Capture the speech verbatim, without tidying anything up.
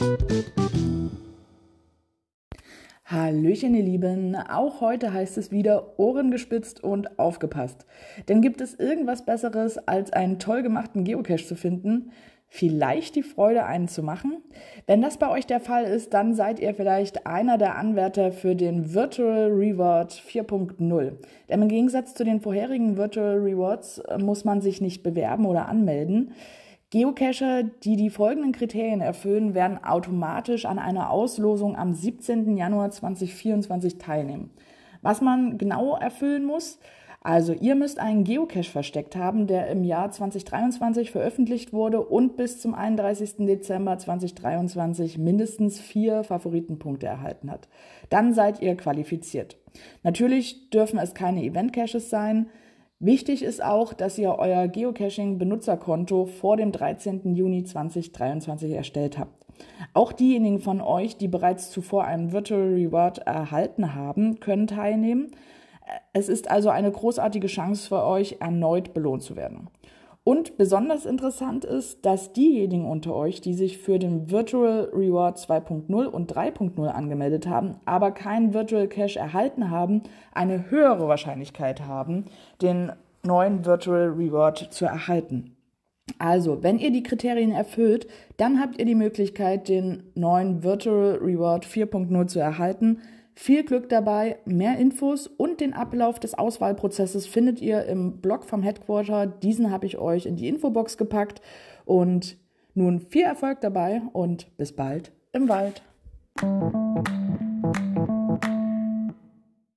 Hallöchen, ihr Lieben. Auch heute heißt es wieder Ohren gespitzt und aufgepasst. Denn gibt es irgendwas Besseres, als einen toll gemachten Geocache zu finden? Vielleicht die Freude, einen zu machen? Wenn das bei euch der Fall ist, dann seid ihr vielleicht einer der Anwärter für den Virtual Reward vier Punkt null. Denn im Gegensatz zu den vorherigen Virtual Rewards muss man sich nicht bewerben oder anmelden. Geocacher, die die folgenden Kriterien erfüllen, werden automatisch an einer Auslosung am siebzehnten Januar zweitausendvierundzwanzig teilnehmen. Was man genau erfüllen muss: Also ihr müsst einen Geocache versteckt haben, der im Jahr zweitausenddreiundzwanzig veröffentlicht wurde und bis zum einunddreißigsten Dezember zweitausenddreiundzwanzig mindestens vier Favoritenpunkte erhalten hat. Dann seid ihr qualifiziert. Natürlich dürfen es keine Event-Caches sein. Wichtig ist auch, dass ihr euer Geocaching-Benutzerkonto vor dem dreizehnten Juni zweitausenddreiundzwanzig erstellt habt. Auch diejenigen von euch, die bereits zuvor einen Virtual Reward erhalten haben, können teilnehmen. Es ist also eine großartige Chance für euch, erneut belohnt zu werden. Und besonders interessant ist, dass diejenigen unter euch, die sich für den Virtual Reward zwei Punkt null und drei Punkt null angemeldet haben, aber keinen Virtual Cache erhalten haben, eine höhere Wahrscheinlichkeit haben, den neuen Virtual Reward zu erhalten. Also, wenn ihr die Kriterien erfüllt, dann habt ihr die Möglichkeit, den neuen Virtual Reward vier Punkt null zu erhalten. Viel Glück dabei, mehr Infos und den Ablauf des Auswahlprozesses findet ihr im Blog vom Headquarter. Diesen habe ich euch in die Infobox gepackt. Und nun viel Erfolg dabei und bis bald im Wald.